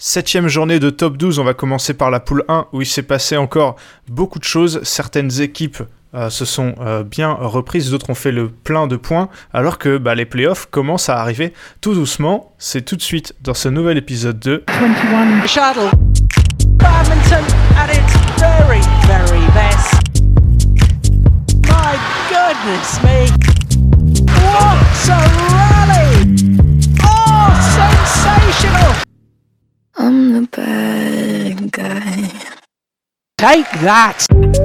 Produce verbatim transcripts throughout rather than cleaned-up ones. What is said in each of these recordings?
Septième journée de top douze, on va commencer par la poule un où il s'est passé encore beaucoup de choses. Certaines équipes euh, se sont euh, bien reprises, d'autres ont fait le plein de points, alors que bah, les playoffs commencent à arriver tout doucement. C'est tout de suite dans ce nouvel épisode de vingt et un Shuttle. Badminton at its very, very best. My goodness me. What a rally! Oh, sensational! I'm the bad guy. Take that!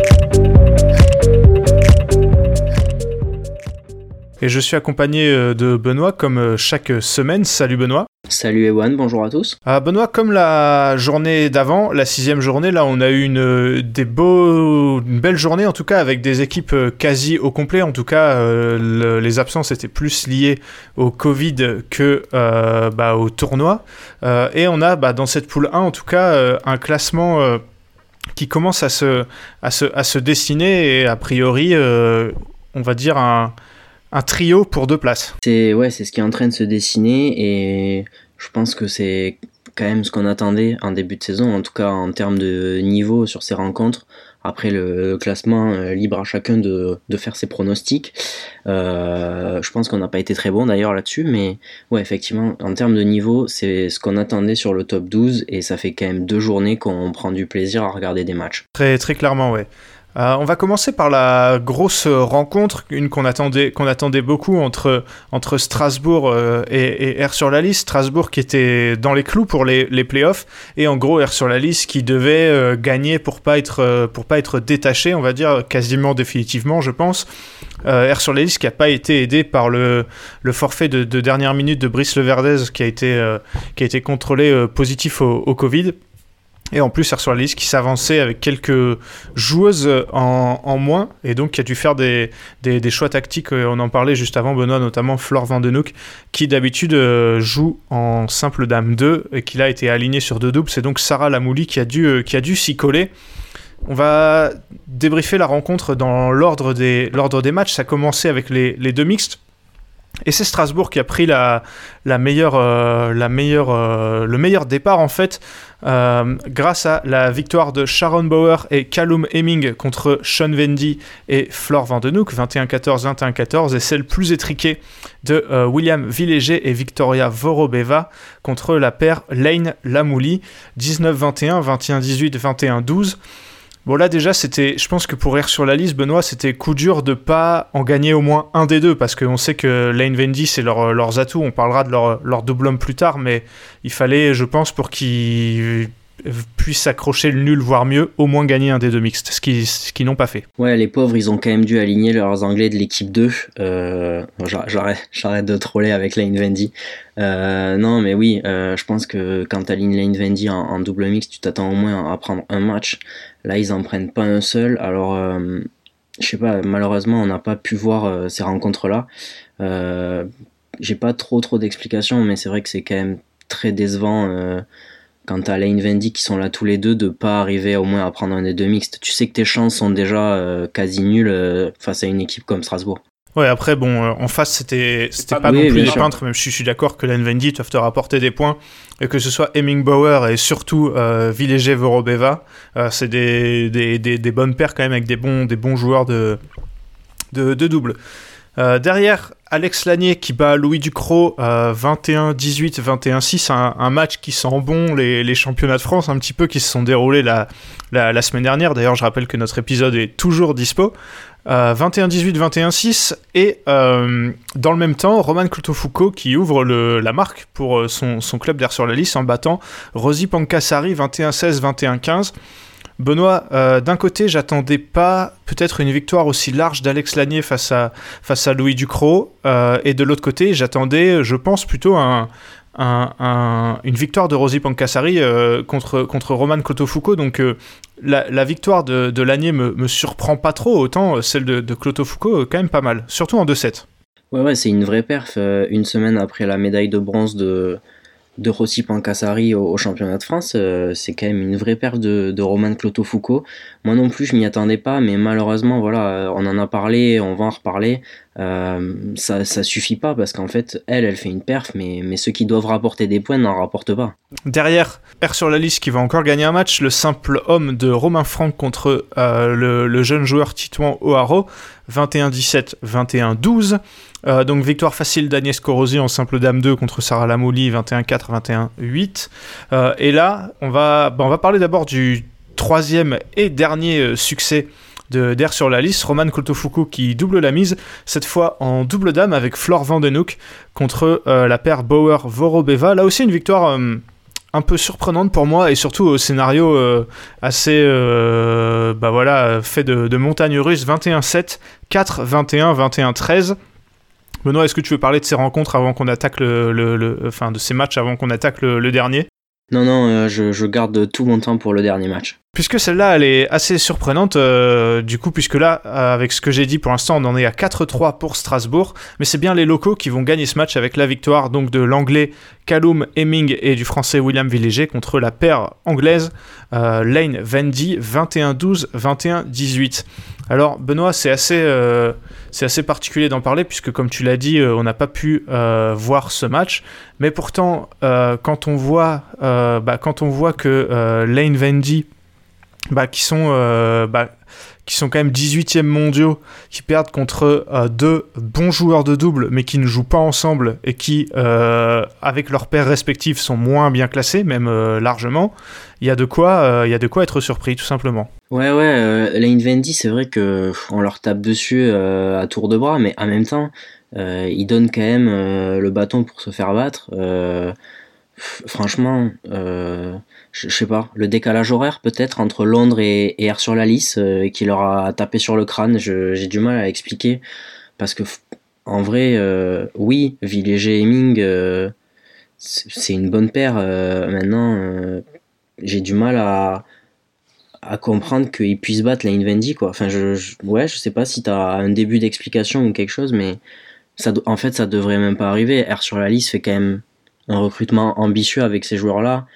Et je suis accompagné de Benoît comme chaque semaine. Salut Benoît. Salut Ewan, bonjour à tous. Ah, Benoît, comme la journée d'avant, la sixième journée, là on a eu une, des beaux, une belle journée en tout cas avec des équipes quasi au complet. En tout cas, euh, le, les absences étaient plus liées au Covid que euh, bah, au tournoi. Euh, et on a bah, dans cette poule un en tout cas euh, un classement euh, qui commence à se, à, se, à se dessiner et a priori euh, on va dire un... un trio pour deux places. C'est, ouais, c'est ce qui est en train de se dessiner et je pense que c'est quand même ce qu'on attendait en début de saison, en tout cas en termes de niveau sur ces rencontres. Après le, le classement, euh, libre à chacun de, de faire ses pronostics. Euh, je pense qu'on n'a pas été très bon d'ailleurs là-dessus, mais ouais, effectivement, en termes de niveau, c'est ce qu'on attendait sur le top douze et ça fait quand même deux journées qu'on prend du plaisir à regarder des matchs. Très, très clairement, ouais. Euh, on va commencer par la grosse rencontre, une qu'on attendait, qu'on attendait beaucoup entre, entre Strasbourg euh, et, et R sur la liste. Strasbourg qui était dans les clous pour les, les playoffs et en gros R sur la liste qui devait euh, gagner pour pas être, euh, pour pas être détaché, on va dire quasiment définitivement, je pense. Euh, R sur la liste qui n'a pas été aidé par le, le forfait de, de dernière minute de Brice Leverdez qui a été, euh, qui a été contrôlé euh, positif au, au Covid. Et en plus, R sur la liste qui s'avançait avec quelques joueuses en, en moins, et donc qui a dû faire des, des, des choix tactiques. On en parlait juste avant, Benoît, notamment Flore Vandenhoek, qui d'habitude euh, joue en simple dame deux, et qui là a été alignée sur deux doubles. C'est donc Sarah Lamouli qui a dû, euh, qui a dû s'y coller. On va débriefer la rencontre dans l'ordre des, l'ordre des matchs. Ça a commencé avec les, les deux mixtes. Et c'est Strasbourg qui a pris la, la meilleure, euh, la meilleure, euh, le meilleur départ en fait euh, grâce à la victoire de Sharon Bauer et Callum Hemming contre Sean Vendy et Flore Vandenhoek, vingt et un quatorze, vingt et un quatorze, et celle plus étriquée de euh, William Villéger et Victoria Vorobeva contre la paire Lane Lamouli, dix-neuf vingt et un, vingt et un dix-huit, vingt et un douze. Bon là déjà c'était, je pense que pour R sur la liste, Benoît, c'était coup dur de pas en gagner au moins un des deux parce qu'on sait que Lane Vendy c'est leur, leurs atouts, on parlera de leur, leur double homme plus tard, mais il fallait, je pense, pour qu'ils puissent accrocher le nul voire mieux, au moins gagner un des deux mixtes, ce qu'ils, ce qu'ils n'ont pas fait. Ouais, les pauvres ils ont quand même dû aligner leurs anglais de l'équipe deux. Euh, j'arrête, j'arrête de troller avec Lane Vendy. Euh, non mais oui, euh, je pense que quand t'alignes Lane Vendy en, en double mix, tu t'attends au moins à prendre un match. Là ils en prennent pas un seul, alors euh, je sais pas, malheureusement on n'a pas pu voir euh, ces rencontres là. Euh, j'ai pas trop trop d'explications, mais c'est vrai que c'est quand même très décevant euh, quand t'as Lane Vendy qui sont là tous les deux de pas arriver au moins à prendre un des deux mixtes. Tu sais que tes chances sont déjà euh, quasi nulles euh, face à une équipe comme Strasbourg. Ouais, après, bon, euh, en face, c'était, c'était pas, pas oui, non plus des sûr. peintres, même si je suis d'accord que Lane Vendy doivent te rapporter des points, et que ce soit Hemming Bauer et surtout euh, Villéger Vorobeva, euh, c'est des, des, des, des bonnes paires quand même avec des bons, des bons joueurs de, de, de double. Euh, derrière, Alex Lanier qui bat Louis Ducrot euh, vingt et un dix-huit, vingt et un six, un, un match qui sent bon les, les championnats de France un petit peu qui se sont déroulés la, la, la semaine dernière. D'ailleurs, je rappelle que notre épisode est toujours dispo. Euh, vingt et un dix-huit, vingt et un six, et euh, dans le même temps, Roman Clotofoucault qui ouvre le, la marque pour son, son club d'R sur la liste en battant Rosie Pankasari vingt et un seize, vingt et un quinze. Benoît, euh, d'un côté, j'attendais pas peut-être une victoire aussi large d'Alex Lanier face à, face à Louis Ducrot, euh, et de l'autre côté, j'attendais, je pense, plutôt un, un, un, une victoire de Rosie Pankasari euh, contre, contre Roman Clotofoucault. Donc euh, la, la victoire de, de Lanier me, me surprend pas trop, autant celle de, de Clotofoucault, quand même pas mal, surtout en deux sept. Ouais, ouais, c'est une vraie perf. Euh, une semaine après la médaille de bronze de... de Rosie Pankasari au, au championnat de France, euh, c'est quand même une vraie perte de, de Roman Clotofoucault. Moi non plus, je m'y attendais pas, mais malheureusement, voilà, on en a parlé, on va en reparler. euh, ça, ça suffit pas parce qu'en fait, elle, elle fait une perf, mais, mais ceux qui doivent rapporter des points n'en rapportent pas. Derrière, R sur la liste qui va encore gagner un match, le simple homme de Romain Franck contre euh, le, le jeune joueur Titouan O'Haro, vingt et un dix-sept, vingt et un douze. Euh, donc victoire facile d'Agnès Corosi en simple dame deux contre Sarah Lamouli, vingt et un quatre, vingt et un huit. Euh, et là, on va, bah, on va parler d'abord du troisième et dernier euh, succès de, d'Air sur la liste, Roman Kultofuku qui double la mise, cette fois en double dame avec Flore Vandenhoek contre euh, la paire Bauer-Vorobeva. Là aussi une victoire euh, un peu surprenante pour moi et surtout au scénario euh, assez euh, bah voilà, fait de, de montagne russe, vingt et un sept, quatre, vingt et un, vingt et un treize. Benoît, est-ce que tu veux parler de ces rencontres avant qu'on attaque le, le, le enfin de ces matchs avant qu'on attaque le, le dernier ? Non, non, euh, je, je garde tout mon temps pour le dernier match. Puisque celle-là, elle est assez surprenante, euh, du coup, puisque là, avec ce que j'ai dit pour l'instant, on en est à quatre trois pour Strasbourg, mais c'est bien les locaux qui vont gagner ce match avec la victoire donc de l'anglais Callum Hemming et du français William Villéger contre la paire anglaise euh, Lane Vendy, vingt et un douze, vingt et un dix-huit. Alors, Benoît, c'est assez, euh, c'est assez particulier d'en parler, puisque comme tu l'as dit, euh, on n'a pas pu euh, voir ce match, mais pourtant, euh, quand, on voit, euh, bah, quand on voit que euh, Lane Vendy, Bah, qui sont euh, bah, qui sont quand même dix-huitièmes mondiaux, qui perdent contre euh, deux bons joueurs de double mais qui ne jouent pas ensemble et qui euh, avec leurs pairs respectifs sont moins bien classés, même euh, largement, il y a de quoi euh, il y a de quoi être surpris tout simplement. Ouais ouais, euh, Lane Vendy, c'est vrai que pff, on leur tape dessus euh, à tour de bras, mais en même temps euh, ils donnent quand même euh, le bâton pour se faire battre. euh, Franchement, euh, je, je sais pas, le décalage horaire peut-être entre Londres et, et Air sur la Lys euh, qui leur a tapé sur le crâne, je, j'ai du mal à expliquer parce que en vrai, euh, oui, Villéger et Hemming, euh, c'est, c'est une bonne paire. Euh, maintenant, euh, j'ai du mal à, à comprendre qu'ils puissent battre Lane Vendy quoi. Enfin, je, je, ouais, je sais pas si t'as un début d'explication ou quelque chose, mais ça, en fait, ça devrait même pas arriver. Air sur la Lys fait quand même un recrutement ambitieux avec ces joueurs-là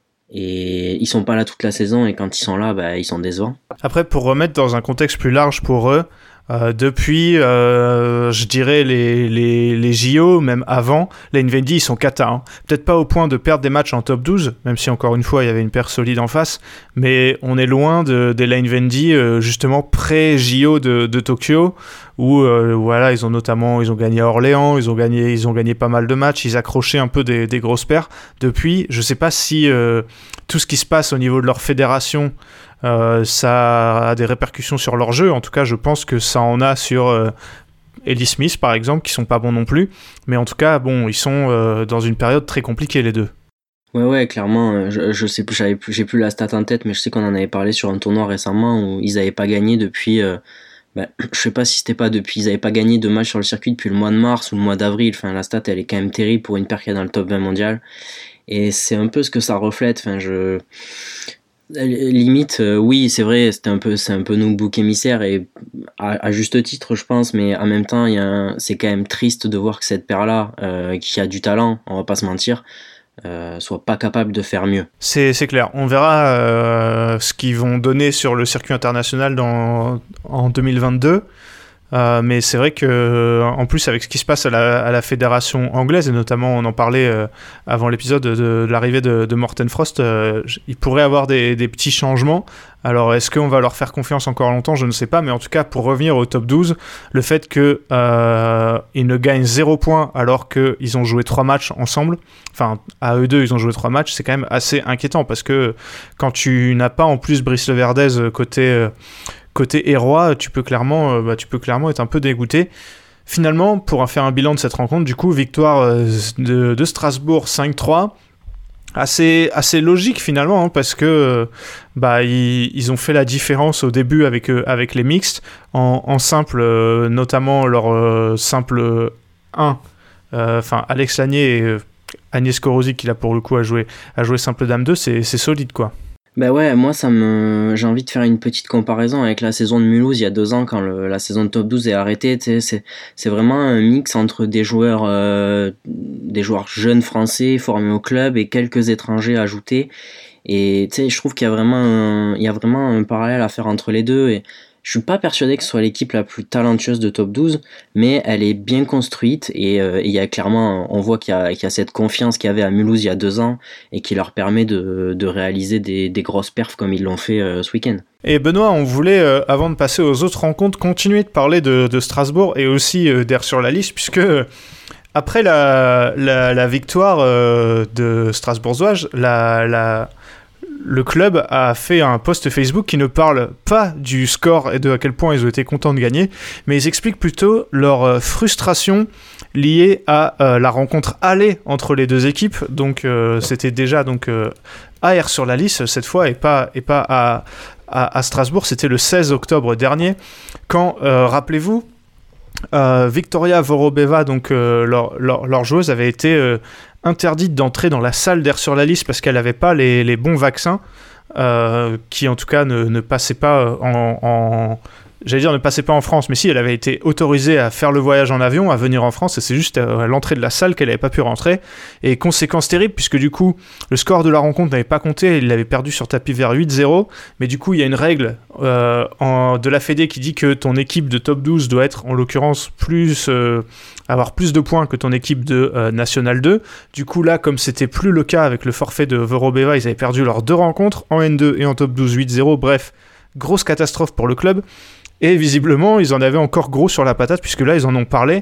et ils sont pas là toute la saison et quand ils sont là, bah, ils sont décevants. Après, pour remettre dans un contexte plus large pour eux, euh, depuis, euh, je dirais, les, les, les J O, même avant, les Lane Vendy, ils sont cata. Hein. Peut-être pas au point de perdre des matchs en top douze, même si encore une fois, il y avait une paire solide en face, mais on est loin de, des Lane Vendy, euh, justement, pré-J O de, de Tokyo, où euh, voilà, ils ont notamment ils ont gagné à Orléans, ils ont gagné, ils ont gagné pas mal de matchs, ils accrochaient un peu des, des grosses paires. Depuis, je sais pas si euh, tout ce qui se passe au niveau de leur fédération, euh, ça a des répercussions sur leur jeu. En tout cas, je pense que ça en a sur euh, Ellie Smith, par exemple, qui sont pas bons non plus. Mais en tout cas, bon, ils sont euh, dans une période très compliquée, les deux. Ouais, ouais, clairement, je, je sais plus, j'avais plus, j'ai plus la stat en tête, mais je sais qu'on en avait parlé sur un tournoi récemment où ils avaient pas gagné depuis... Euh, bah, je sais pas si c'était pas depuis, ils avaient pas gagné de match sur le circuit depuis le mois de mars ou le mois d'avril. Enfin, la stat, elle est quand même terrible pour une paire qui est dans le top vingt mondial. Et c'est un peu ce que ça reflète. Enfin, je, limite, euh, oui, c'est vrai, c'était un peu, c'est un peu nous bouc émissaire et à, à juste titre, je pense. Mais en même temps, il y a un, c'est quand même triste de voir que cette paire-là, euh, qui a du talent, on va pas se mentir, Euh, soit pas capable de faire mieux. C'est, c'est clair. On verra euh, ce qu'ils vont donner sur le circuit international dans, en deux mille vingt-deux. Euh, mais c'est vrai que, en plus, avec ce qui se passe à la, à la fédération anglaise, et notamment on en parlait euh, avant l'épisode de, de l'arrivée de, de Morten Frost, euh, il pourrait y avoir des, des petits changements. Alors, est-ce qu'on va leur faire confiance encore longtemps ? Je ne sais pas, mais en tout cas, pour revenir au top douze, le fait qu'ils euh, ne gagnent zéro point alors qu'ils ont joué trois matchs ensemble, enfin, à eux deux, ils ont joué trois matchs, c'est quand même assez inquiétant, parce que quand tu n'as pas en plus Brice Leverdez côté... Euh, Côté Hérois, tu peux clairement, euh, bah, tu peux clairement être un peu dégoûté. Finalement, pour faire un bilan de cette rencontre, du coup, victoire euh, de, de Strasbourg cinq trois, assez, assez logique finalement, hein, parce que euh, bah, ils, ils ont fait la différence au début avec, euh, avec les mixtes, en, en simple, euh, notamment leur euh, simple un, enfin euh, Alex Lanier et euh, Agnès Corosi, qui là pour le coup a joué, a joué simple dame deux, c'est, c'est solide quoi. Bah ouais, moi ça me, j'ai envie de faire une petite comparaison avec la saison de Mulhouse il y a deux ans quand le, la saison de top douze est arrêtée. Tu sais, c'est, c'est vraiment un mix entre des joueurs, euh, des joueurs jeunes français formés au club et quelques étrangers ajoutés. Et tu sais, je trouve qu'il y a vraiment, un, il y a vraiment un parallèle à faire entre les deux. Et je suis pas persuadé que ce soit l'équipe la plus talentueuse de top douze, mais elle est bien construite et euh, il y a clairement, on voit qu'il y a, qu'il y a cette confiance qu'il y avait à Mulhouse il y a deux ans et qui leur permet de, de réaliser des, des grosses perfs comme ils l'ont fait euh, ce week-end. Et Benoît, on voulait, euh, avant de passer aux autres rencontres, continuer de parler de, de Strasbourg et aussi euh, d'Air sur la liste, puisque euh, après la, la, la victoire euh, de Strasbourgeois, la, la, le club a fait un post Facebook qui ne parle pas du score et de à quel point ils ont été contents de gagner, mais ils expliquent plutôt leur euh, frustration liée à euh, la rencontre aller entre les deux équipes. Donc euh, c'était déjà donc, euh, à Air sur la liste cette fois et pas, et pas à, à, à Strasbourg. C'était le seize octobre dernier quand, euh, rappelez-vous, Euh, Victoria Vorobeva, donc euh, leur, leur, leur joueuse, avait été euh, interdite d'entrer dans la salle d'Air sur la liste parce qu'elle n'avait pas les, les bons vaccins, euh, qui en tout cas ne, ne passaient pas en, en... J'allais dire ne passait pas en France, mais si, elle avait été autorisée à faire le voyage en avion, à venir en France, et c'est juste à l'entrée de la salle qu'elle n'avait pas pu rentrer. Et conséquence terrible, puisque du coup, le score de la rencontre n'avait pas compté, il l'avait perdu sur tapis vert huit zéro, mais du coup, il y a une règle euh, en, de la Fédé qui dit que ton équipe de top douze doit être, en l'occurrence, plus... Euh, avoir plus de points que ton équipe de euh, National deux. Du coup, là, comme c'était plus le cas avec le forfait de Vorobeva, ils avaient perdu leurs deux rencontres, en N deux et en top douze huit zéro, bref, grosse catastrophe pour le club. Et visiblement, ils en avaient encore gros sur la patate, puisque là, ils en ont parlé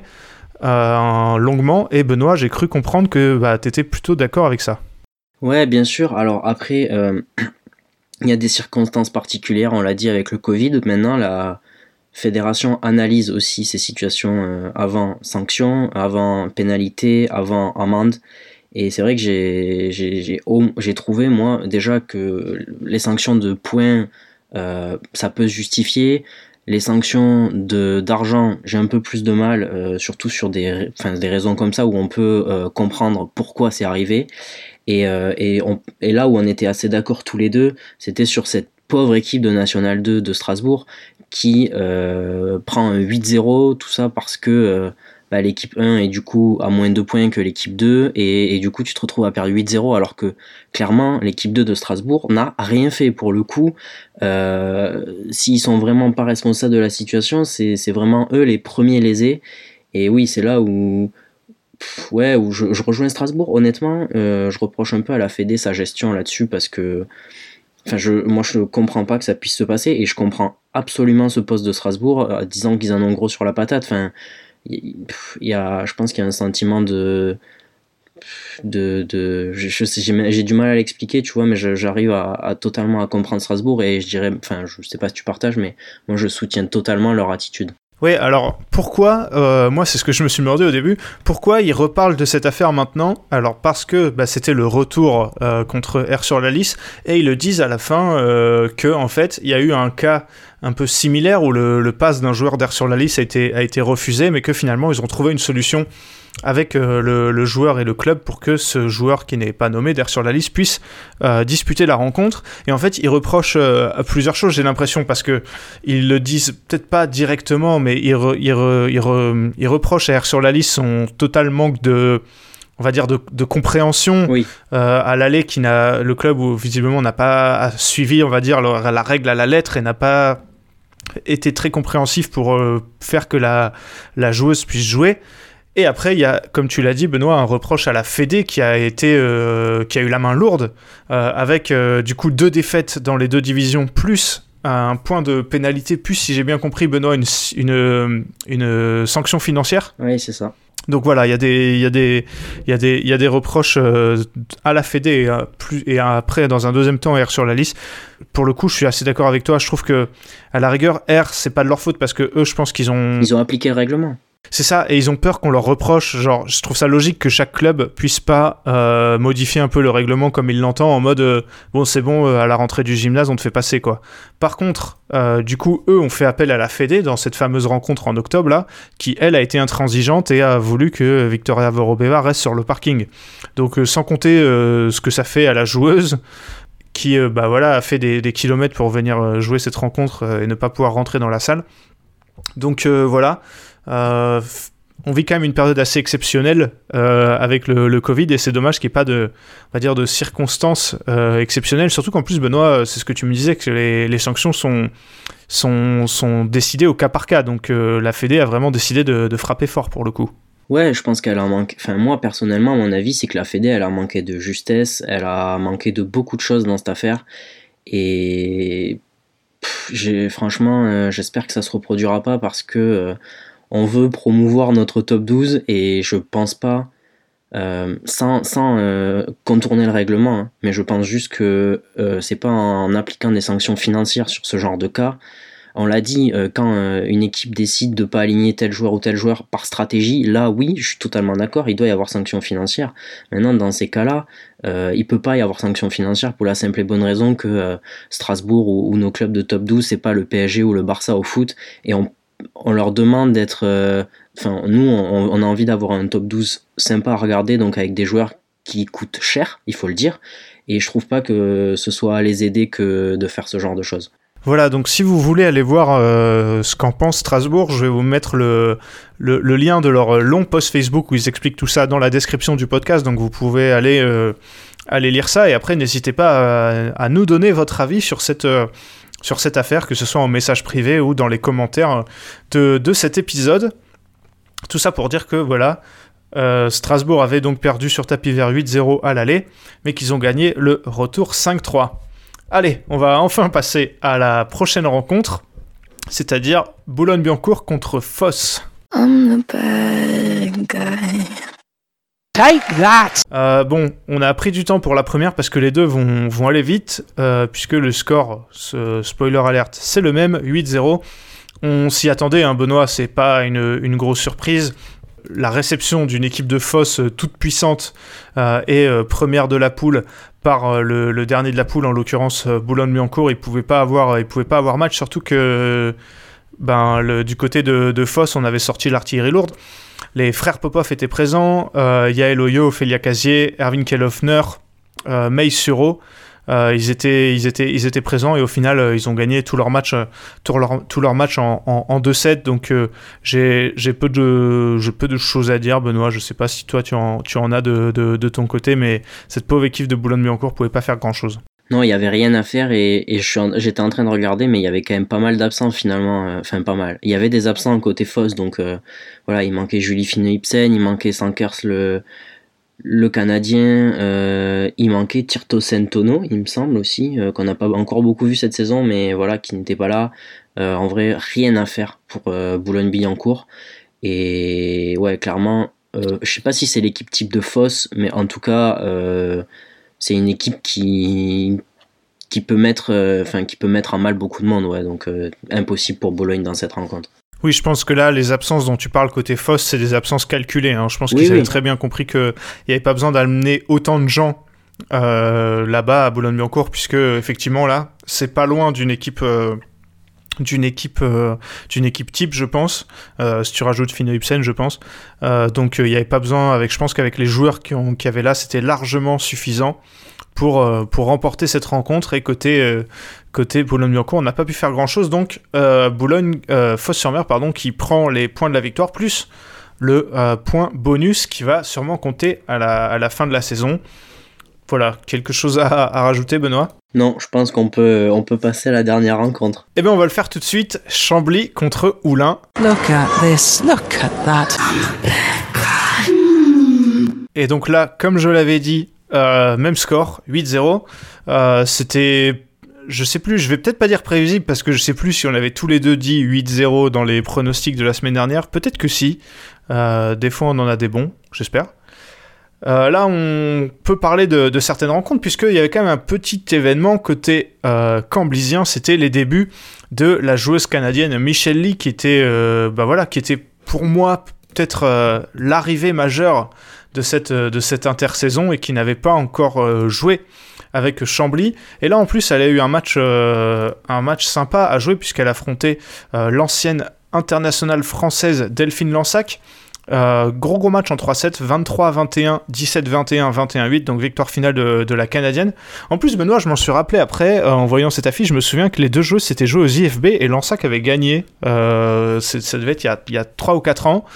euh, longuement. Et Benoît, j'ai cru comprendre que bah, tu étais plutôt d'accord avec ça. Ouais, bien sûr. Alors après, euh, il y a des circonstances particulières, on l'a dit avec le Covid. Maintenant, la fédération analyse aussi ces situations euh, avant sanction, avant pénalité, avant amende. Et c'est vrai que j'ai, j'ai, j'ai, j'ai trouvé, moi, déjà que les sanctions de points, euh, ça peut se justifier. Les sanctions de, d'argent, j'ai un peu plus de mal, euh, surtout sur des, enfin, des raisons comme ça où on peut euh, comprendre pourquoi c'est arrivé. Et, euh, et, on, et là où on était assez d'accord tous les deux, c'était sur cette pauvre équipe de National deux de Strasbourg qui euh, prend un huit zéro, tout ça parce que euh, bah, l'équipe un est du coup à moins deux points que l'équipe deux, et, et du coup tu te retrouves à perdre huit zéro alors que clairement l'équipe deux de Strasbourg n'a rien fait pour le coup. Euh, s'ils sont vraiment pas responsables de la situation, c'est, c'est vraiment eux les premiers lésés. Et oui, c'est là où pff, ouais, où je, je rejoins Strasbourg, honnêtement. Euh, je reproche un peu à la Fédé sa gestion là-dessus parce que Enfin, je, moi, je comprends pas que ça puisse se passer, et je comprends absolument ce poste de Strasbourg, euh, disant qu'ils en ont gros sur la patate. Enfin, il y, y a, je pense qu'il y a un sentiment de, de, de, je, je sais, j'ai, j'ai du mal à l'expliquer, tu vois, mais je, j'arrive à, à totalement à comprendre Strasbourg, et je dirais, enfin, je sais pas si tu partages, mais moi, je soutiens totalement leur attitude. Oui, alors pourquoi, euh, moi c'est ce que je me suis demandé au début, pourquoi ils reparlent de cette affaire maintenant? Alors parce que bah, c'était le retour euh, contre Air sur la liste, et ils le disent à la fin euh, que en fait il y a eu un cas un peu similaire où le, le pass d'un joueur d'Air sur la liste a été, a été refusé, mais que finalement ils ont trouvé une solution avec euh, le, le joueur et le club pour que ce joueur qui n'est pas nommé d'Air sur la liste puisse euh, disputer la rencontre. Et en fait, ils reprochent euh, plusieurs choses, j'ai l'impression, parce que ils le disent peut-être pas directement, mais ils, re, ils, re, ils, re, ils reprochent à Air sur la liste son total manque de, on va dire, de, de compréhension oui. euh, à l'aller, qui n'a, le club où visiblement n'a pas suivi, on va dire, la, la règle à la lettre et n'a pas été très compréhensif pour euh, faire que la, la joueuse puisse jouer. Et après, il y a, comme tu l'as dit, Benoît, un reproche à la Fédé qui a été, euh, qui a eu la main lourde, euh, avec euh, du coup deux défaites dans les deux divisions, plus un point de pénalité, plus, si j'ai bien compris, Benoît, une, une, une sanction financière. Oui, c'est ça. Donc voilà, il y a des, il y a des, il y a des, il y a des reproches euh, à la Fédé et, à, plus, et après, dans un deuxième temps, R sur la liste. Pour le coup, je suis assez d'accord avec toi. Je trouve que, à la rigueur, R, c'est pas de leur faute parce que eux, je pense qu'ils ont. Ils ont appliqué le règlement. C'est ça, et ils ont peur qu'on leur reproche, genre, je trouve ça logique que chaque club puisse pas euh, modifier un peu le règlement comme il l'entend, en mode, euh, bon, c'est bon, euh, à la rentrée du gymnase, on te fait passer, quoi. Par contre, euh, du coup, eux ont fait appel à la Fédé dans cette fameuse rencontre en octobre, là, qui, elle, a été intransigeante et a voulu que Victoria Vorobeva reste sur le parking. Donc, euh, sans compter euh, ce que ça fait à la joueuse, qui, euh, bah voilà, a fait des, des kilomètres pour venir euh, jouer cette rencontre euh, et ne pas pouvoir rentrer dans la salle. Donc, euh, voilà. Euh, on vit quand même une période assez exceptionnelle euh, avec le, le Covid, et c'est dommage qu'il n'y ait pas de, on va dire, de circonstances euh, exceptionnelles, surtout qu'en plus, Benoît, c'est ce que tu me disais, que les, les sanctions sont, sont, sont décidées au cas par cas, donc euh, la Fédé a vraiment décidé de, de frapper fort pour le coup. Ouais, je pense qu'elle a manqué. Enfin, moi, personnellement, mon avis, c'est que la Fédé, elle a manqué de justesse, elle a manqué de beaucoup de choses dans cette affaire. Et pff, j'ai, franchement, euh, j'espère que ça se reproduira pas parce que euh, on veut promouvoir notre top douze et je pense pas, euh, sans, sans euh, contourner le règlement, hein, mais je pense juste que euh, c'est pas en appliquant des sanctions financières sur ce genre de cas. On l'a dit, euh, quand euh, une équipe décide de pas aligner tel joueur ou tel joueur par stratégie, là oui, je suis totalement d'accord, il doit y avoir sanction financière. Maintenant, dans ces cas-là, euh, il peut pas y avoir sanction financière pour la simple et bonne raison que euh, Strasbourg ou, ou nos clubs de top douze, c'est pas le P S G ou le Barça au foot, et on, on leur demande d'être... Enfin, euh, nous, on, on a envie d'avoir un top douze sympa à regarder, donc avec des joueurs qui coûtent cher, il faut le dire, et je trouve pas que ce soit à les aider que de faire ce genre de choses. Voilà, donc si vous voulez aller voir euh, ce qu'en pense Strasbourg, je vais vous mettre le, le, le lien de leur long post Facebook où ils expliquent tout ça dans la description du podcast, donc vous pouvez aller, euh, aller lire ça, et après n'hésitez pas à, à nous donner votre avis sur cette, euh, sur cette affaire, que ce soit en message privé ou dans les commentaires de, de cet épisode. Tout ça pour dire que voilà, euh, Strasbourg avait donc perdu sur tapis vert huit zéro à l'aller, mais qu'ils ont gagné le retour cinq trois. Allez, on va enfin passer à la prochaine rencontre, c'est-à-dire Boulogne-Billancourt contre Foss. I'm the bad guy. Take that! Euh, bon, on a pris du temps pour la première parce que les deux vont, vont aller vite, euh, puisque le score, ce spoiler alert, c'est le même, huit zéro. On s'y attendait, hein, Benoît, c'est pas une, une grosse surprise. La réception d'une équipe de Foss euh, toute puissante euh, et euh, première de la poule par euh, le, le dernier de la poule, en l'occurrence euh, Boulogne-Billancourt, il pouvait pas avoir, il pouvait pas avoir match, surtout que euh, ben, le, du côté de, de Foss, on avait sorti l'artillerie lourde. Les frères Popov étaient présents, euh, Yael Oyo, Ophélia Casier, Erwin Kellhoffner, euh, May Suro. Euh, ils, étaient, ils, étaient, ils étaient présents et au final euh, ils ont gagné tous leurs matchs, euh, tous leurs, tous leurs matchs en, en, en deux sets, donc euh, j'ai, j'ai, peu de, j'ai peu de choses à dire. Benoît, je sais pas si toi tu en, tu en as de, de, de ton côté, mais cette pauvre équipe de Boulogne-Billancourt pouvait pas faire grand chose. Non, il y avait rien à faire et, et je suis en, j'étais en train de regarder, mais il y avait quand même pas mal d'absents finalement, enfin euh, pas mal. Il y avait des absents côté Foss, donc euh, voilà, il manquait Julie Fine-Ibsen, il manquait Sankers le... Le Canadien, euh, il manquait Tirto Sentono, il me semble aussi, euh, qu'on n'a pas encore beaucoup vu cette saison, mais voilà, qui n'était pas là. Euh, en vrai, rien à faire pour euh, Boulogne-Billancourt. Et ouais, clairement, euh, je sais pas si c'est l'équipe type de Foss, mais en tout cas, euh, c'est une équipe qui qui peut mettre, enfin euh, qui peut mettre en mal beaucoup de monde, ouais. Donc euh, impossible pour Bologne dans cette rencontre. Oui, je pense que là, les absences dont tu parles côté Foss, c'est des absences calculées. Hein. Je pense oui, qu'ils oui. avaient très bien compris qu'il n'y avait pas besoin d'amener autant de gens euh, là-bas à Boulogne-Billancourt, puisque effectivement là, c'est pas loin d'une équipe, euh, d'une équipe, euh, d'une équipe type, je pense. Euh, si tu rajoutes Fine-Ibsen, je pense. Euh, donc il euh, n'y avait pas besoin. Avec, je pense qu'avec les joueurs qui ont, qui avaient là, c'était largement suffisant pour euh, pour remporter cette rencontre. Et côté euh, Côté Boulogne-Billancourt, on n'a pas pu faire grand-chose, donc euh, Boulogne, euh, Foss-sur-Mer, pardon, qui prend les points de la victoire, plus le euh, point bonus qui va sûrement compter à la, à la fin de la saison. Voilà, quelque chose à, à rajouter, Benoît ? Non, je pense qu'on peut, on peut passer à la dernière rencontre. Eh bien, on va le faire tout de suite. Chambly contre Oulin. Look at this, look at that. Et donc là, comme je l'avais dit, euh, même score, huit zéro. Euh, c'était... Je sais plus, je vais peut-être pas dire prévisible parce que je sais plus si on avait tous les deux dit huit zéro dans les pronostics de la semaine dernière. Peut-être que si. Euh, des fois, on en a des bons, j'espère. Euh, là, on peut parler de, de certaines rencontres puisqu'il y avait quand même un petit événement côté euh, camblisien. C'était les débuts de la joueuse canadienne Michelle Lee qui était, euh, bah voilà, qui était pour moi peut-être euh, l'arrivée majeure de cette, de cette intersaison et qui n'avait pas encore euh, joué avec Chambly. Et là, en plus, elle a eu un match, euh, un match sympa à jouer puisqu'elle affrontait euh, l'ancienne internationale française Delphine Lansac. Euh, gros gros match en trois sept, vingt-trois à vingt et un, dix-sept vingt et un, vingt et un huit, donc victoire finale de, de la Canadienne. En plus, Benoît, je m'en suis rappelé après, euh, en voyant cette affiche, je me souviens que les deux joueuses s'étaient jouées aux I F B et Lansac avait gagné. Euh, ça devait être il y a, il y a trois ou quatre ans.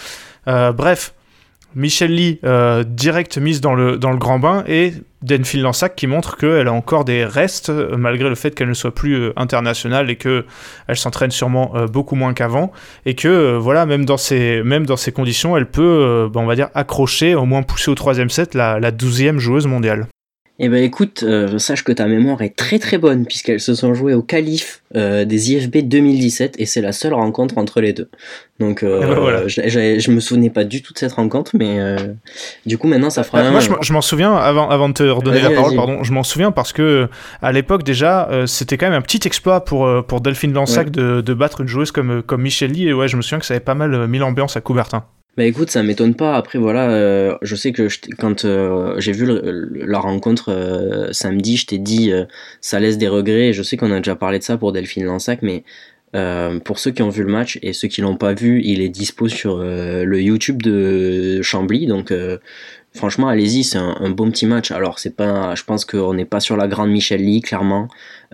Euh, bref, Michèle Lee, euh, direct mise dans le, dans le grand bain, et Delphine Lansac qui montre qu'elle a encore des restes, euh, malgré le fait qu'elle ne soit plus euh, internationale et qu'elle s'entraîne sûrement euh, beaucoup moins qu'avant, et que euh, voilà, même dans ces, même dans ces conditions, elle peut, euh, bah, on va dire, accrocher, au moins pousser au troisième set, la, la douzième joueuse mondiale. Eh ben écoute, euh, sache que ta mémoire est très très bonne puisqu'elles se sont jouées au qualif euh, des I F B deux mille dix-sept et c'est la seule rencontre entre les deux. Donc euh, ben voilà. je, je, je me souvenais pas du tout de cette rencontre, mais euh, du coup maintenant ça fera. Euh, un... Moi je, je m'en souviens avant, avant de te redonner vas-y, la parole, vas-y. pardon, je m'en souviens parce que à l'époque déjà euh, c'était quand même un petit exploit pour pour Delphine Lansac ouais. de, de battre une joueuse comme comme Michèle Lee, et ouais je me souviens que ça avait pas mal mis l'ambiance à Coubertin. Bah écoute, ça m'étonne pas. Après voilà, euh, je sais que je quand euh, j'ai vu le, le, la rencontre euh, samedi, je t'ai dit euh, ça laisse des regrets. Je sais qu'on a déjà parlé de ça pour Delphine Lansac, mais euh, pour ceux qui ont vu le match et ceux qui l'ont pas vu, il est dispo sur euh, le YouTube de Chambly. Donc euh, franchement, allez-y, c'est un, un bon petit match. Alors c'est pas, je pense qu'on n'est pas sur la grande Michèle Lee, clairement.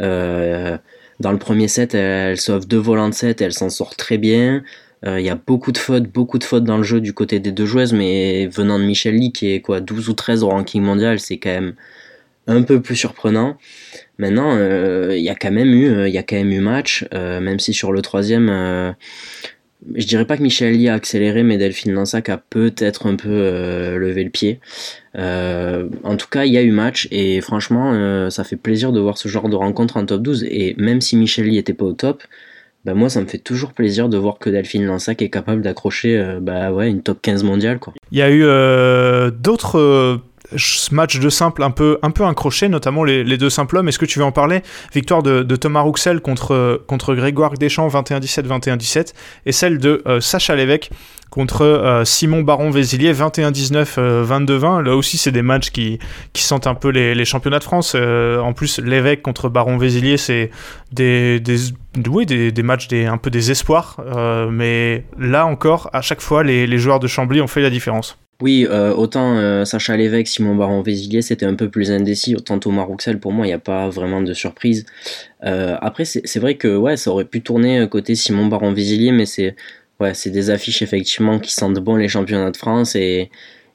Euh, dans le premier set, elle, elle sauve deux volants de set, elle s'en sort très bien. Il euh, y a beaucoup de fautes, beaucoup de fautes dans le jeu du côté des deux joueuses, mais venant de Michèle Lee, qui est quoi, douze ou treize au ranking mondial, c'est quand même un peu plus surprenant. Maintenant, il euh, y a quand même eu, il euh, y a quand même eu match, euh, même si sur le troisième, euh, je dirais pas que Michèle Lee a accéléré, mais Delphine Lansac a peut-être un peu euh, levé le pied. Euh, en tout cas, il y a eu match, et franchement, euh, ça fait plaisir de voir ce genre de rencontre en top douze, et même si Michèle Lee était pas au top, bah moi ça me fait toujours plaisir de voir que Delphine Lansac est capable d'accrocher euh, bah ouais, une top quinze mondiale, quoi. Il y a eu euh, d'autres euh, matchs de simple un peu, un peu accrochés, notamment les, les deux simples hommes. Est-ce que tu veux en parler ? Victoire de, de Thomas Rouxel contre, contre Grégoire Deschamps, vingt et un dix-sept, vingt et un dix-sept, et celle de euh, Sacha Lévesque contre euh, Simon Baron-Vézilier, vingt et un dix-neuf, euh, vingt-deux vingt. Là aussi, c'est des matchs qui, qui sentent un peu les, les championnats de France. Euh, en plus, Lévesque contre Baron-Vézilier, c'est des, des, oui, des, des matchs des, un peu des espoirs. Euh, mais là encore, à chaque fois, les, les joueurs de Chambly ont fait la différence. Oui, euh, autant euh, Sacha Lévesque, Simon Baron-Vézilier, c'était un peu plus indécis. Autant Thomas Rouxel, pour moi, il n'y a pas vraiment de surprise. Euh, après, c'est, c'est vrai que ouais, ça aurait pu tourner côté Simon Baron-Vézilier, mais c'est... Ouais, c'est des affiches effectivement qui sentent bon les championnats de France, et,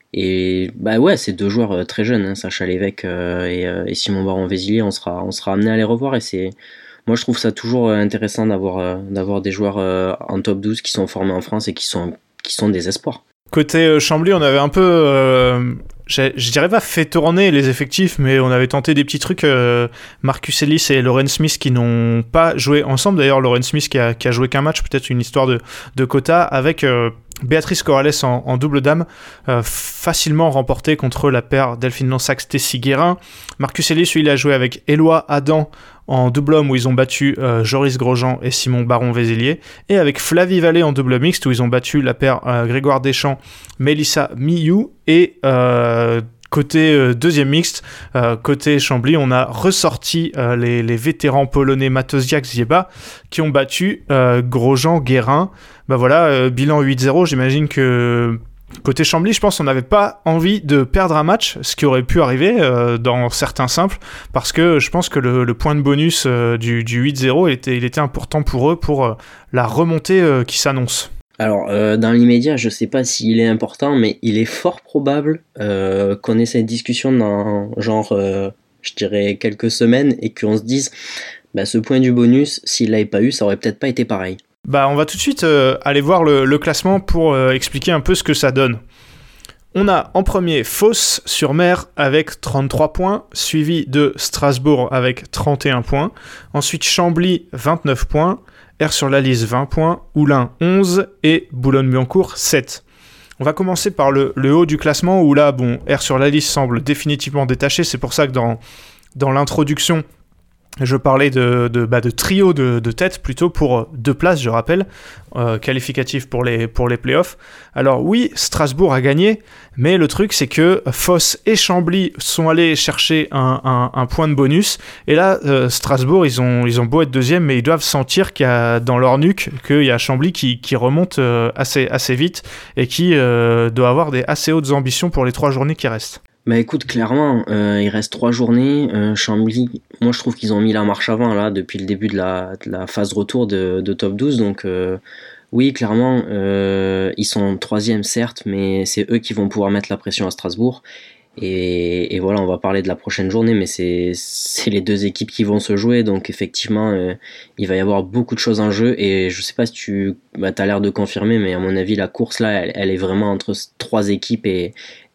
et bah ouais, c'est deux joueurs euh, très jeunes, hein, Sacha Lévesque euh, et, euh, et Simon Baron-Vézilier, on sera, on sera amené à les revoir, et c'est, moi je trouve ça toujours intéressant d'avoir, euh, d'avoir des joueurs euh, en top douze qui sont formés en France et qui sont, qui sont des espoirs. Côté euh, Chambly, on avait un peu, euh, je, je dirais pas fait tourner les effectifs, mais on avait tenté des petits trucs. Euh, Marcus Ellis et Lauren Smith qui n'ont pas joué ensemble. D'ailleurs, Lauren Smith qui a, qui a joué qu'un match, peut-être une histoire de, de quota, avec euh, Béatrice Corrales en, en double dame, euh, facilement remportée contre la paire Delphine Lansac-Stécie Guérin. Marcus Ellis, lui, il a joué avec Éloi Adam en double homme où ils ont battu euh, Joris Grosjean et Simon Baron-Vézilier, et avec Flavie Vallée en double mixte où ils ont battu la paire euh, Grégoire Deschamps, Mélissa Miou, et euh, côté euh, deuxième mixte, euh, côté Chambly, on a ressorti euh, les, les vétérans polonais Mateusiak Zieba qui ont battu euh, Grosjean Guérin. Bah voilà, euh, bilan huit zéro, j'imagine que côté Chambly, je pense qu'on n'avait pas envie de perdre un match, ce qui aurait pu arriver euh, dans certains simples, parce que je pense que le, le point de bonus euh, du, du huit zéro, il était, il était important pour eux, pour euh, la remontée euh, qui s'annonce. Alors, euh, dans l'immédiat, je sais pas s'il est important, mais il est fort probable euh, qu'on ait cette discussion dans, genre, euh, je dirais, quelques semaines, et qu'on se dise, bah, ce point du bonus, s'il l'avait pas eu, ça aurait peut-être pas été pareil. Bah, on va tout de suite euh, aller voir le, le classement pour euh, expliquer un peu ce que ça donne. On a en premier Fos-sur-Mer avec trente-trois points, suivi de Strasbourg avec trente et un points. Ensuite Chambly, vingt-neuf points. Aire-sur-la-Lys, vingt points. Oulin, onze. Et Boulogne-Billancourt, sept. On va commencer par le, le haut du classement où là, bon, Aire-sur-la-Lys semble définitivement détaché. C'est pour ça que dans, dans l'introduction, je parlais de, de, bah de trio de, de tête plutôt pour deux places, je rappelle, euh, qualificatif pour les, pour les playoffs. Alors oui, Strasbourg a gagné, mais le truc c'est que Fos et Chambly sont allés chercher un, un, un point de bonus, et là, euh, Strasbourg, ils ont, ils ont beau être deuxième, mais ils doivent sentir qu'il y a dans leur nuque qu'il y a Chambly qui, qui remonte euh, assez, assez vite et qui euh, doit avoir des assez hautes ambitions pour les trois journées qui restent. Bah écoute, clairement, euh, il reste trois journées. Euh, Chambly, moi je trouve qu'ils ont mis la marche avant là depuis le début de la, de la phase retour de, de top douze. Donc euh, Oui, clairement, euh, ils sont troisième certes, mais c'est eux qui vont pouvoir mettre la pression à Strasbourg. Et, et voilà, on va parler de la prochaine journée, mais c'est, c'est les deux équipes qui vont se jouer, donc effectivement, euh, il va y avoir beaucoup de choses en jeu. Et je sais pas si tu bah, as l'air de confirmer, mais à mon avis, la course là, elle, elle est vraiment entre trois équipes et,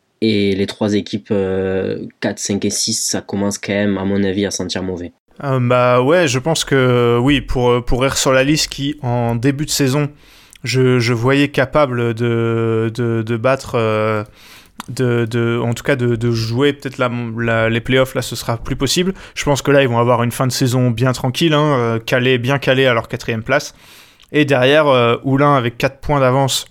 et les trois équipes euh, quatre, cinq et six, ça commence quand même, à mon avis, à sentir mauvais. Euh, bah ouais, je pense que oui, pour, pour R sur la liste qui, en début de saison, je, je voyais capable de, de, de battre, euh, de, de, en tout cas de, de jouer peut-être la, la, les playoffs, là ce sera plus possible. Je pense que là ils vont avoir une fin de saison bien tranquille, hein, calé, bien calé à leur quatrième place. Et derrière, euh, Oulin avec quatre points d'avance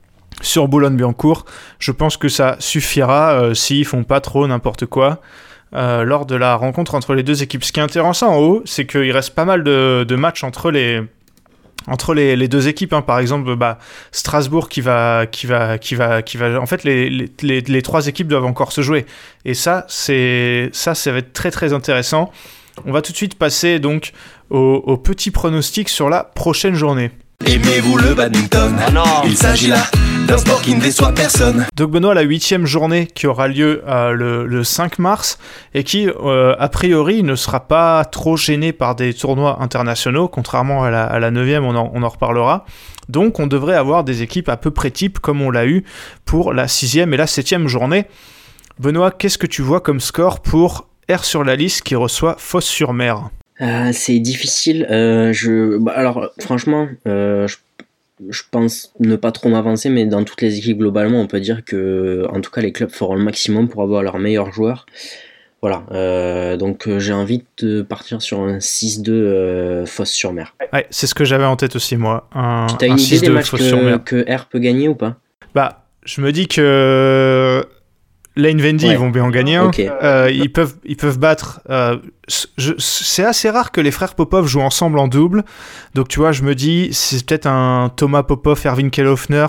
sur Boulogne-Billancourt, je pense que ça suffira euh, s'ils font pas trop n'importe quoi. Euh, lors de la rencontre entre les deux équipes. Ce qui est intéressant en haut, c'est qu'il reste pas mal de, de matchs entre les, entre les, les deux équipes. Hein. Par exemple, bah, Strasbourg qui va, qui va, qui va, qui va. En fait, les, les, les, les trois équipes doivent encore se jouer. Et ça, c'est, ça, ça va être très très intéressant. On va tout de suite passer donc au, au petit pronostic sur la prochaine journée. Aimez-vous le badminton? Ah non. Il s'agit là d'un sport qui ne déçoit personne. Donc Benoît, la huitième journée qui aura lieu euh, le, le cinq mars et qui, euh, a priori, ne sera pas trop gênée par des tournois internationaux, contrairement à la, à la neuvième, on en, on en reparlera. Donc on devrait avoir des équipes à peu près types comme on l'a eu pour la sixième et la septième journée. Benoît, qu'est-ce que tu vois comme score pour R sur la liste qui reçoit Fos-sur-Mer? Euh, c'est difficile. Euh, je, bah, alors, franchement, euh, je, je pense ne pas trop m'avancer, mais dans toutes les équipes globalement, on peut dire que, en tout cas, les clubs feront le maximum pour avoir leurs meilleurs joueurs. Voilà. Euh, donc, euh, j'ai envie de partir sur un six deux euh, Fos-sur-Mer. Ouais, c'est ce que j'avais en tête aussi, moi. Un, T'as un une idée des matchs que, que R peut gagner ou pas? Bah, je me dis que Lane Vendy, ouais. Ils vont bien en gagner un. Okay. Euh, ils, peuvent, ils peuvent battre. Euh, je, c'est assez rare que les frères Popov jouent ensemble en double. Donc, tu vois, je me dis, c'est peut-être un Thomas Popov, Erwin Kellhoffner,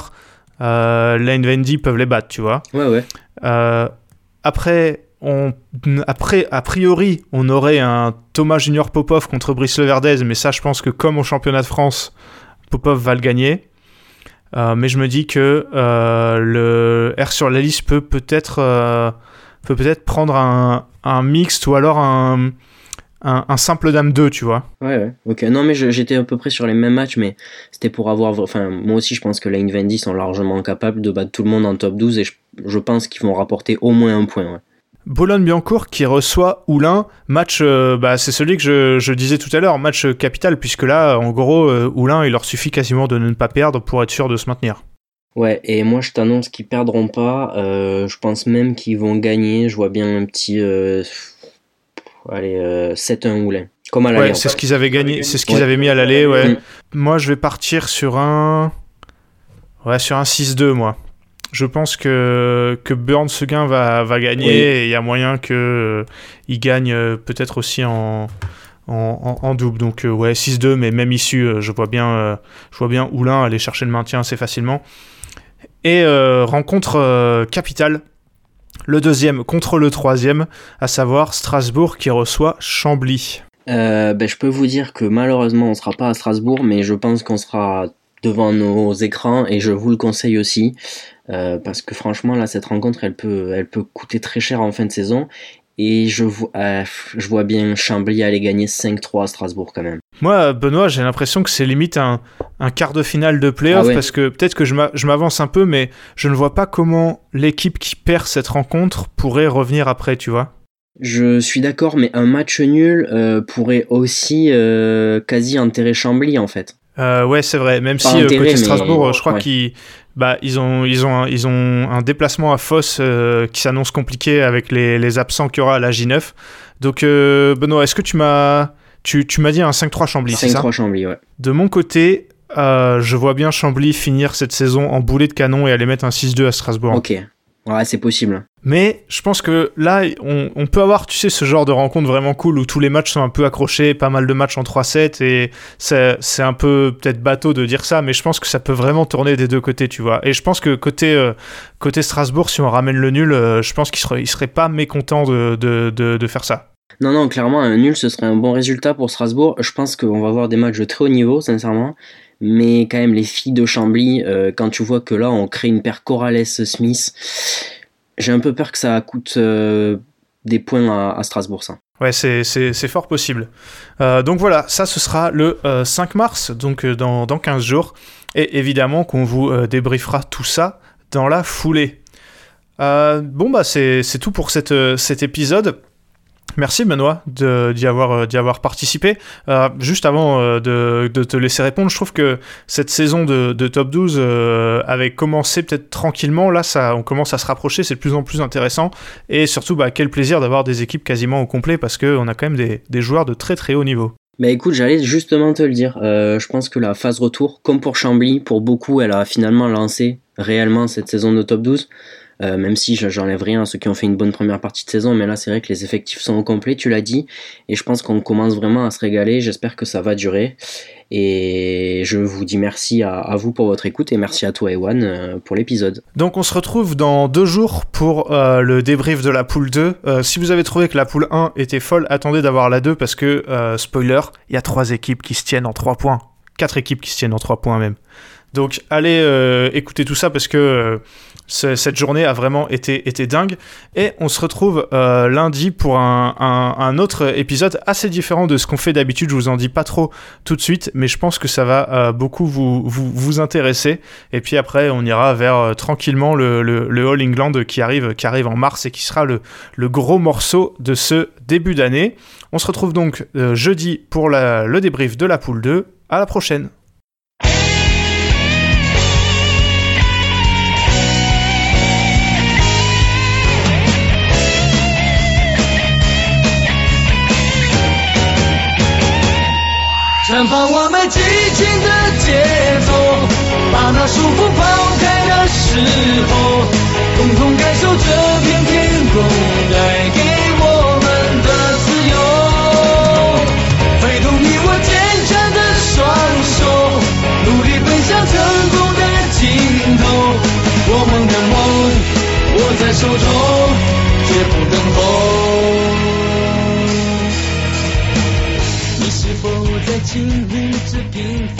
euh, Lane Vendy peuvent les battre, tu vois. Ouais, ouais. Euh, après, on, après, a priori, on aurait un Thomas Junior Popov contre Brice Leverdez, mais ça, je pense que comme au championnat de France, Popov va le gagner. Euh, mais je me dis que euh, le R sur la liste peut peut-être, euh, peut peut-être prendre un, un mixte ou alors un, un, un simple dame deux, tu vois. Ouais, ouais, ok. Non, mais je, j'étais à peu près sur les mêmes matchs, mais c'était pour avoir. Enfin, moi aussi, je pense que Lane Vendy sont largement capables de battre tout le monde en top douze et je, je pense qu'ils vont rapporter au moins un point, ouais. Boulogne-Billancourt qui reçoit Oulin, match, euh, bah, c'est celui que je, je disais tout à l'heure, match capital, puisque là, en gros, euh, Oulin, il leur suffit quasiment de ne pas perdre pour être sûr de se maintenir. Ouais, et moi je t'annonce qu'ils perdront pas, euh, je pense même qu'ils vont gagner, je vois bien un petit euh, allez, euh, sept un Oulin. Comme à l'aller. Ouais, c'est ce qu'ils avaient gagné, c'est ce qu'ils ouais. avaient mis à l'aller, ouais. Mm. Moi, je vais partir sur un... Ouais, sur un six deux, moi. Je pense que, que Burn Seguin va, va gagner oui. Et il y a moyen qu'il euh, gagne euh, peut-être aussi en, en, en, en double. Donc euh, ouais, six deux, mais même issue, euh, je vois bien, euh, je vois bien Oulin aller chercher le maintien assez facilement. Et euh, rencontre euh, capitale, le deuxième contre le troisième, à savoir Strasbourg qui reçoit Chambly. Euh, ben, je peux vous dire que malheureusement on ne sera pas à Strasbourg, mais je pense qu'on sera devant nos écrans et je vous le conseille aussi. Euh, parce que franchement là cette rencontre elle peut, elle peut coûter très cher en fin de saison et je vois, euh, je vois bien Chambly aller gagner cinq trois à Strasbourg quand même. Moi Benoît j'ai l'impression que c'est limite un, un quart de finale de play-off ah ouais. Parce que peut-être que je, m'a, je m'avance un peu mais je ne vois pas comment l'équipe qui perd cette rencontre pourrait revenir après, tu vois. Je suis d'accord, mais un match nul euh, pourrait aussi euh, quasi enterrer Chambly en fait. Euh, ouais, c'est vrai. Même pas si intérêt, côté Strasbourg, mais... je crois ouais. qu'ils, bah, ils ont, ils ont, un, ils ont un déplacement à Fos euh, qui s'annonce compliqué avec les, les absents qu'il y aura à la J neuf. Donc, euh, Benoît, est-ce que tu m'as, tu, tu m'as dit un cinq trois Chambly, c'est ça ? cinq trois Chambly, ouais. De mon côté, euh, je vois bien Chambly finir cette saison en boulet de canon et aller mettre un six deux à Strasbourg. Ok. Ouais, c'est possible. Mais je pense que là, on, on peut avoir, tu sais, ce genre de rencontre vraiment cool où tous les matchs sont un peu accrochés, pas mal de matchs en trois sept, et c'est, c'est un peu peut-être bateau de dire ça, mais je pense que ça peut vraiment tourner des deux côtés, tu vois. Et je pense que côté, euh, côté Strasbourg, si on ramène le nul, euh, je pense qu'il serait, il serait pas mécontent de, de, de, de faire ça. Non, non, clairement, un nul, ce serait un bon résultat pour Strasbourg. Je pense qu'on va avoir des matchs de très haut niveau, sincèrement. Mais quand même, les filles de Chambly, euh, quand tu vois que là, on crée une paire Corrales-Smith, j'ai un peu peur que ça coûte euh, des points à, à Strasbourg, ça. Ouais, c'est, c'est, c'est fort possible. Euh, donc voilà, ça, ce sera le euh, cinq mars, donc euh, dans, dans quinze jours. Et évidemment qu'on vous euh, débriefera tout ça dans la foulée. Euh, bon, bah, c'est, c'est tout pour cette, euh, cet épisode. Merci Benoît de, d'y, avoir, d'y avoir participé. Euh, juste avant euh, de, de te laisser répondre, je trouve que cette saison de, de Top douze euh, avait commencé peut-être tranquillement. Là, ça, on commence à se rapprocher, c'est de plus en plus intéressant. Et surtout, bah, quel plaisir d'avoir des équipes quasiment au complet parce qu'on a quand même des, des joueurs de très très haut niveau. Bah écoute, j'allais justement te le dire. Euh, je pense que la phase retour, comme pour Chambly, pour beaucoup, elle a finalement lancé réellement cette saison de Top douze. Euh, même si j'enlève rien à ceux qui ont fait une bonne première partie de saison, mais là c'est vrai que les effectifs sont au complet, tu l'as dit, et je pense qu'on commence vraiment à se régaler. J'espère que ça va durer, et je vous dis merci à, à vous pour votre écoute, et merci à toi Ewan euh, pour l'épisode. Donc on se retrouve dans deux jours pour euh, le débrief de la poule deux. Euh, si vous avez trouvé que la poule un était folle, attendez d'avoir la deux, parce que, euh, spoiler, il y a trois équipes qui se tiennent en trois points, quatre équipes qui se tiennent en trois points même. Donc allez euh, écouter tout ça parce que euh, c- cette journée a vraiment été, été dingue. Et on se retrouve euh, lundi pour un, un, un autre épisode assez différent de ce qu'on fait d'habitude. Je vous en dis pas trop tout de suite, mais je pense que ça va euh, beaucoup vous, vous, vous intéresser. Et puis après on ira vers euh, tranquillement le, le, le All England qui arrive, qui arrive en mars et qui sera le, le gros morceau de ce début d'année. On se retrouve donc euh, jeudi pour la, le débrief de la poule deux. À la prochaine. 绽放我们激情的节奏，把那束缚抛开的时候，共同感受这片天空带给我们的自由。挥动你我坚强的双手，努力奔向成功的尽头。我们的梦握在手中，绝不等候。是否在经历着平凡？